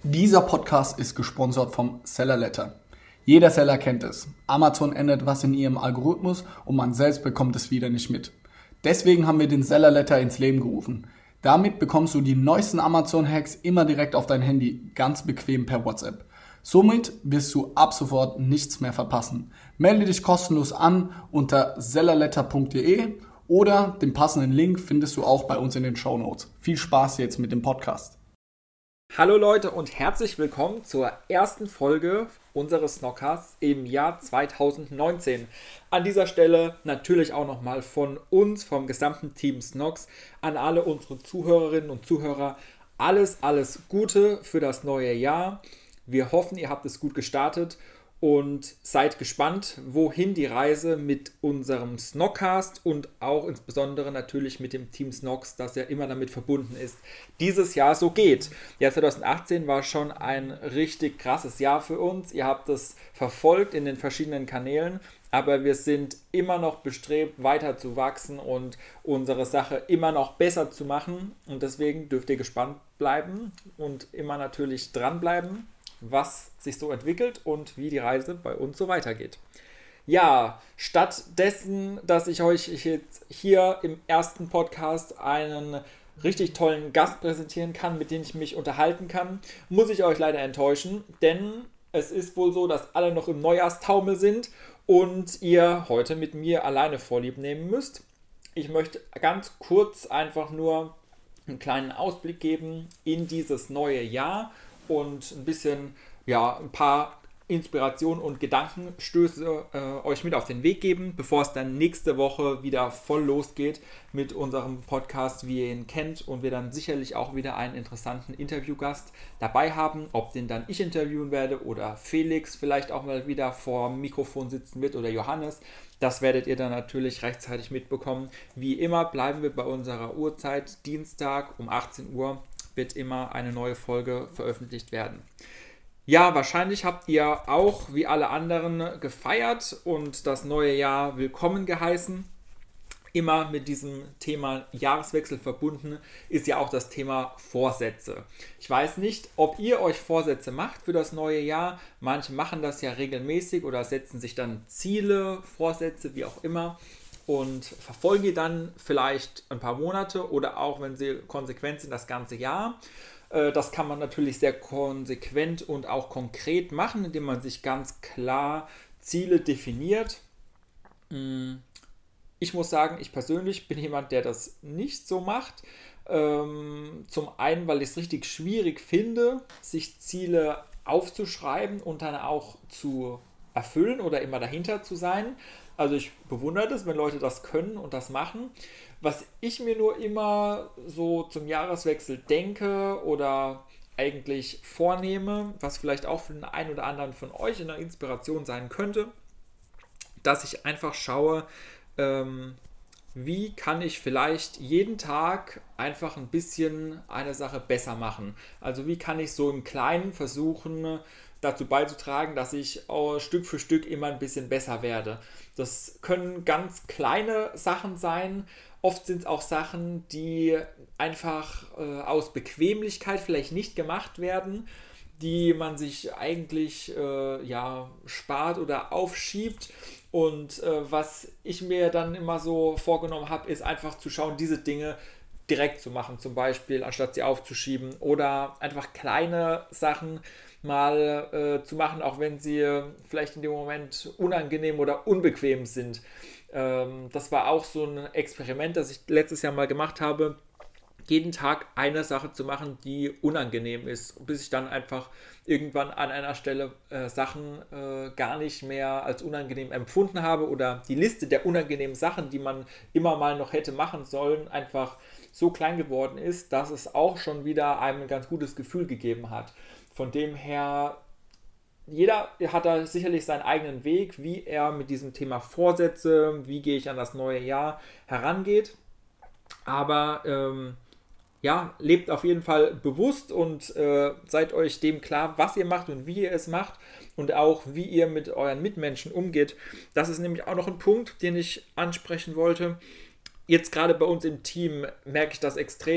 Dieser Podcast ist gesponsert vom Seller Letter. Jeder Seller kennt es. Amazon ändert was in ihrem Algorithmus und man selbst bekommt es wieder nicht mit. Deswegen haben wir den Seller Letter ins Leben gerufen. Damit bekommst du die neuesten Amazon-Hacks immer direkt auf dein Handy, ganz bequem per WhatsApp. Somit wirst du ab sofort nichts mehr verpassen. Melde dich kostenlos an unter sellerletter.de oder den passenden Link findest du auch bei uns in den Shownotes. Viel Spaß jetzt mit dem Podcast. Hallo Leute und herzlich willkommen zur ersten Folge unseres Snockcasts im Jahr 2019. An dieser Stelle natürlich auch nochmal von uns, vom gesamten Team Snocks, an alle unsere Zuhörerinnen und Zuhörer alles Gute für das neue Jahr. Wir hoffen, ihr habt es gut gestartet und seid gespannt, wohin die Reise mit unserem Snockcast und auch insbesondere natürlich mit dem Team Snocks, das ja immer damit verbunden ist, dieses Jahr so geht. Ja, 2018 war schon ein richtig krasses Jahr für uns. Ihr habt es verfolgt in den verschiedenen Kanälen, aber wir sind immer noch bestrebt, weiter zu wachsen und unsere Sache immer noch besser zu machen. Und deswegen dürft ihr gespannt bleiben und immer natürlich dranbleiben, was sich so entwickelt und wie die Reise bei uns so weitergeht. Ja, stattdessen, dass ich euch jetzt hier im ersten Podcast einen richtig tollen Gast präsentieren kann, mit dem ich mich unterhalten kann, muss ich euch leider enttäuschen, denn es ist wohl so, dass alle noch im Neujahrstaumel sind und ihr heute mit mir alleine Vorlieb nehmen müsst. Ich möchte ganz kurz einfach nur einen kleinen Ausblick geben in dieses neue Jahr und ein bisschen, ein paar Inspirationen und Gedankenstöße euch mit auf den Weg geben, bevor es dann nächste Woche wieder voll losgeht mit unserem Podcast, wie ihr ihn kennt, und wir dann sicherlich auch wieder einen interessanten Interviewgast dabei haben, ob den dann ich interviewen werde oder Felix vielleicht auch mal wieder vor dem Mikrofon sitzen wird oder Johannes. Das werdet ihr dann natürlich rechtzeitig mitbekommen. Wie immer bleiben wir bei unserer Uhrzeit. Dienstag um 18 Uhr wird immer eine neue Folge veröffentlicht werden. Ja, wahrscheinlich habt ihr auch, wie alle anderen, gefeiert und das neue Jahr willkommen geheißen. Immer mit diesem Thema Jahreswechsel verbunden ist ja auch das Thema Vorsätze. Ich weiß nicht, ob ihr euch Vorsätze macht für das neue Jahr. Manche machen das ja regelmäßig oder setzen sich dann Ziele, Vorsätze, wie auch immer, und verfolgen die dann vielleicht ein paar Monate oder auch, wenn sie konsequent sind, das ganze Jahr. Das kann man natürlich sehr konsequent und auch konkret machen, indem man sich ganz klar Ziele definiert. Ich muss sagen, ich persönlich bin jemand, der das nicht so macht. Zum einen, weil ich es richtig schwierig finde, sich Ziele aufzuschreiben und dann auch zu erfüllen oder immer dahinter zu sein. Also ich bewundere das, wenn Leute das können und das machen. Was ich mir nur immer so zum Jahreswechsel denke oder eigentlich vornehme, was vielleicht auch für den einen oder anderen von euch eine Inspiration sein könnte, dass ich einfach schaue, wie kann ich vielleicht jeden Tag einfach ein bisschen eine Sache besser machen. Also wie kann ich so im Kleinen versuchen, dazu beizutragen, dass ich Stück für Stück immer ein bisschen besser werde. Das können ganz kleine Sachen sein. Oft sind es auch Sachen, die einfach aus Bequemlichkeit vielleicht nicht gemacht werden, die man sich eigentlich spart oder aufschiebt. Und was ich mir dann immer so vorgenommen habe, ist einfach zu schauen, diese Dinge direkt zu machen, zum Beispiel, anstatt sie aufzuschieben, oder einfach kleine Sachen mal zu machen, auch wenn sie vielleicht in dem Moment unangenehm oder unbequem sind. Das war auch so ein Experiment, das ich letztes Jahr mal gemacht habe, jeden Tag eine Sache zu machen, die unangenehm ist, bis ich dann einfach irgendwann an einer Stelle Sachen gar nicht mehr als unangenehm empfunden habe oder die Liste der unangenehmen Sachen, die man immer mal noch hätte machen sollen, einfach so klein geworden ist, dass es auch schon wieder einem ein ganz gutes Gefühl gegeben hat. Von dem her, jeder hat da sicherlich seinen eigenen Weg, wie er mit diesem Thema Vorsätze, wie gehe ich an das neue Jahr herangeht. Aber lebt auf jeden Fall bewusst und seid euch dem klar, was ihr macht und wie ihr es macht und auch wie ihr mit euren Mitmenschen umgeht. Das ist nämlich auch noch ein Punkt, den ich ansprechen wollte. Jetzt gerade bei uns im Team merke ich das extrem,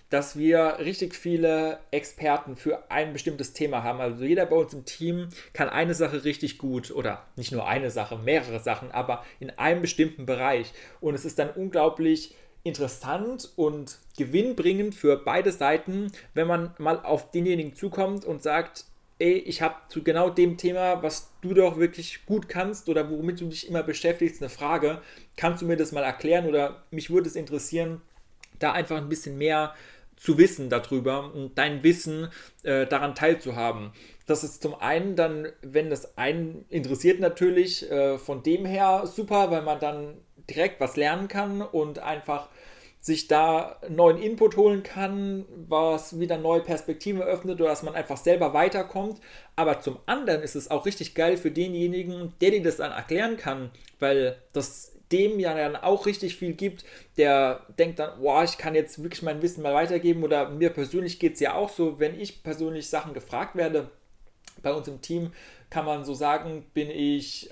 dass wir richtig viele Experten für ein bestimmtes Thema haben. Also jeder bei uns im Team kann eine Sache richtig gut oder nicht nur eine Sache, mehrere Sachen, aber in einem bestimmten Bereich. Und es ist dann unglaublich interessant und gewinnbringend für beide Seiten, wenn man mal auf denjenigen zukommt und sagt, ey, ich habe zu genau dem Thema, was du doch wirklich gut kannst oder womit du dich immer beschäftigst, eine Frage. Kannst du mir das mal erklären oder mich würde es interessieren, da einfach ein bisschen mehr zu wissen darüber und dein Wissen daran teilzuhaben. Das ist zum einen dann, wenn das einen interessiert natürlich, von dem her super, weil man dann direkt was lernen kann und einfach sich da neuen Input holen kann, was wieder neue Perspektiven eröffnet oder dass man einfach selber weiterkommt. Aber zum anderen ist es auch richtig geil für denjenigen, der dir das dann erklären kann, weil das dem ja dann auch richtig viel gibt, der denkt dann, wow, ich kann jetzt wirklich mein Wissen mal weitergeben oder mir persönlich geht es ja auch so, wenn ich persönlich Sachen gefragt werde, bei uns im Team kann man so sagen, bin ich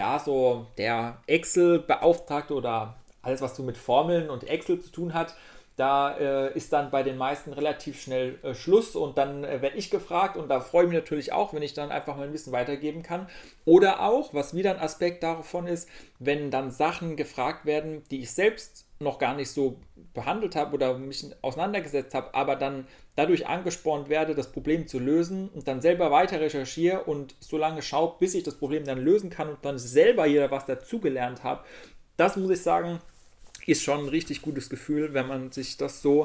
so der Excel-Beauftragte oder alles, was so mit Formeln und Excel zu tun hat. Da ist dann bei den meisten relativ schnell Schluss und dann werde ich gefragt und da freue ich mich natürlich auch, wenn ich dann einfach mein Wissen weitergeben kann. Oder auch, was wieder ein Aspekt davon ist, wenn dann Sachen gefragt werden, die ich selbst noch gar nicht so behandelt habe oder mich auseinandergesetzt habe, aber dann dadurch angespornt werde, das Problem zu lösen und dann selber weiter recherchiere und so lange schaue, bis ich das Problem dann lösen kann und dann selber hier was dazugelernt habe. Das muss ich sagen, ist schon ein richtig gutes Gefühl, wenn man sich das so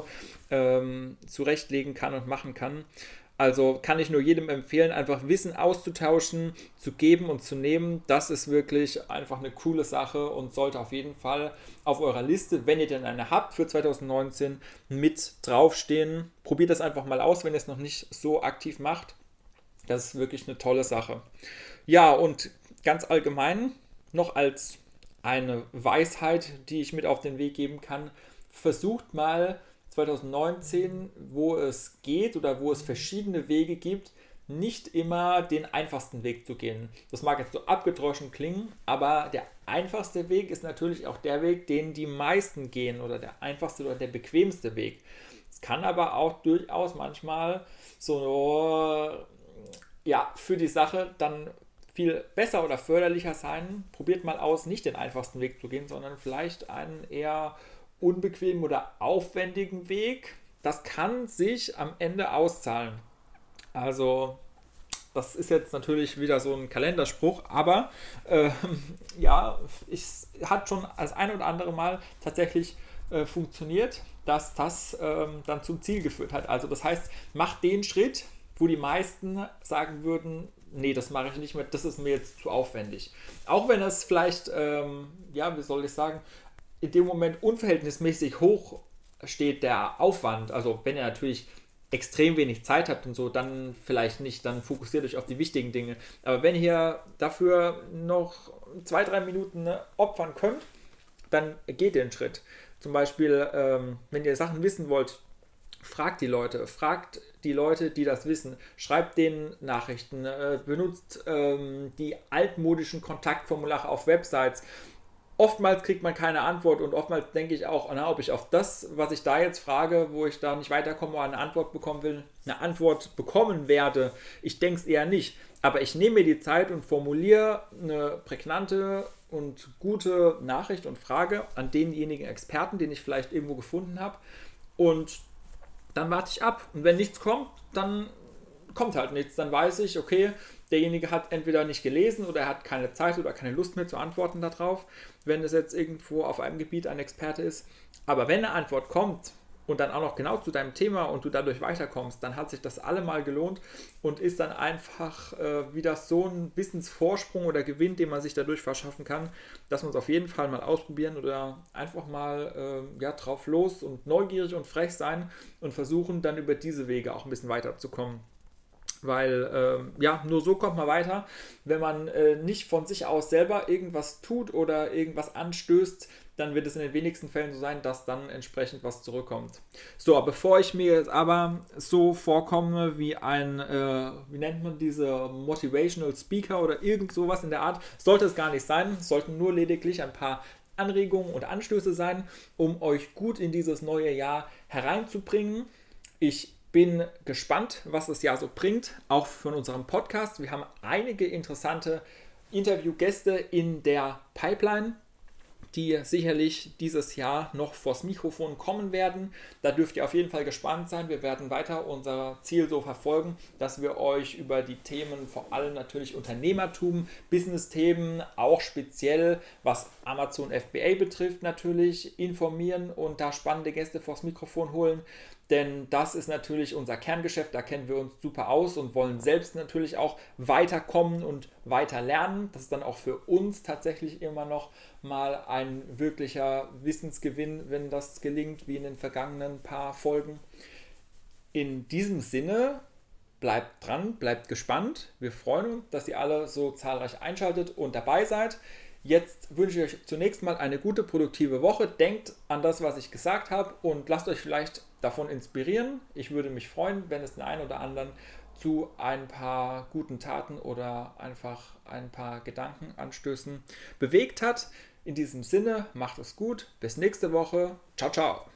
zurechtlegen kann und machen kann. Also kann ich nur jedem empfehlen, einfach Wissen auszutauschen, zu geben und zu nehmen. Das ist wirklich einfach eine coole Sache und sollte auf jeden Fall auf eurer Liste, wenn ihr denn eine habt für 2019, mit draufstehen. Probiert das einfach mal aus, wenn ihr es noch nicht so aktiv macht. Das ist wirklich eine tolle Sache. Ja, und ganz allgemein noch als eine Weisheit, die ich mit auf den Weg geben kann, versucht mal 2019, wo es geht oder wo es verschiedene Wege gibt, nicht immer den einfachsten Weg zu gehen. Das mag jetzt so abgedroschen klingen, aber der einfachste Weg ist natürlich auch der Weg, den die meisten gehen oder der einfachste oder der bequemste Weg. Es kann aber auch durchaus manchmal so für die Sache dann viel besser oder förderlicher sein. Probiert mal aus, nicht den einfachsten Weg zu gehen, sondern vielleicht einen eher unbequemen oder aufwendigen Weg. Das kann sich am Ende auszahlen. Also das ist jetzt natürlich wieder so ein Kalenderspruch, aber es hat schon das ein oder andere Mal tatsächlich funktioniert, dass das dann zum Ziel geführt hat. Also das heißt, macht den Schritt, wo die meisten sagen würden, nee, das mache ich nicht mehr, das ist mir jetzt zu aufwendig. Auch wenn es vielleicht, wie soll ich sagen, in dem Moment unverhältnismäßig hoch steht der Aufwand. Also wenn ihr natürlich extrem wenig Zeit habt und so, dann vielleicht nicht, dann fokussiert euch auf die wichtigen Dinge. Aber wenn ihr dafür noch 2-3 Minuten opfern könnt, dann geht den Schritt. Zum Beispiel, wenn ihr Sachen wissen wollt, fragt die Leute, die das wissen, schreibt denen Nachrichten, benutzt die altmodischen Kontaktformulare auf Websites. Oftmals kriegt man keine Antwort und oftmals denke ich auch, ob ich auf das, was ich da jetzt frage, wo ich da nicht weiterkomme oder eine Antwort bekommen will, eine Antwort bekommen werde. Ich denke es eher nicht, aber ich nehme mir die Zeit und formuliere eine prägnante und gute Nachricht und Frage an denjenigen Experten, den ich vielleicht irgendwo gefunden habe, und dann warte ich ab. Und wenn nichts kommt, dann kommt halt nichts. Dann weiß ich, okay, derjenige hat entweder nicht gelesen oder er hat keine Zeit oder keine Lust mehr zu antworten darauf, wenn es jetzt irgendwo auf einem Gebiet ein Experte ist. Aber wenn eine Antwort kommt und dann auch noch genau zu deinem Thema und du dadurch weiterkommst, dann hat sich das allemal gelohnt und ist dann einfach wieder so ein Wissensvorsprung oder Gewinn, den man sich dadurch verschaffen kann, dass man es auf jeden Fall mal ausprobieren oder einfach mal drauf los und neugierig und frech sein und versuchen dann über diese Wege auch ein bisschen weiterzukommen. Weil, nur so kommt man weiter. Wenn man nicht von sich aus selber irgendwas tut oder irgendwas anstößt, dann wird es in den wenigsten Fällen so sein, dass dann entsprechend was zurückkommt. So, bevor ich mir jetzt aber so vorkomme wie ein, wie nennt man diese Motivational Speaker oder irgend sowas in der Art, sollte es gar nicht sein. Es sollten nur lediglich ein paar Anregungen und Anstöße sein, um euch gut in dieses neue Jahr hereinzubringen. Ich bin gespannt, was das Jahr so bringt, auch von unserem Podcast. Wir haben einige interessante Interviewgäste in der Pipeline, die sicherlich dieses Jahr noch vors Mikrofon kommen werden. Da dürft ihr auf jeden Fall gespannt sein. Wir werden weiter unser Ziel so verfolgen, dass wir euch über die Themen, vor allem natürlich Unternehmertum, Business-Themen, auch speziell was Amazon FBA betrifft, natürlich informieren und da spannende Gäste vors Mikrofon holen. Denn das ist natürlich unser Kerngeschäft, da kennen wir uns super aus und wollen selbst natürlich auch weiterkommen und weiter lernen. Das ist dann auch für uns tatsächlich immer noch mal ein wirklicher Wissensgewinn, wenn das gelingt, wie in den vergangenen paar Folgen. In diesem Sinne, bleibt dran, bleibt gespannt. Wir freuen uns, dass ihr alle so zahlreich einschaltet und dabei seid. Jetzt wünsche ich euch zunächst mal eine gute, produktive Woche. Denkt an das, was ich gesagt habe und lasst euch vielleicht davon inspirieren. Ich würde mich freuen, wenn es den einen oder anderen zu ein paar guten Taten oder einfach ein paar Gedankenanstößen bewegt hat. In diesem Sinne, macht es gut. Bis nächste Woche. Ciao, ciao.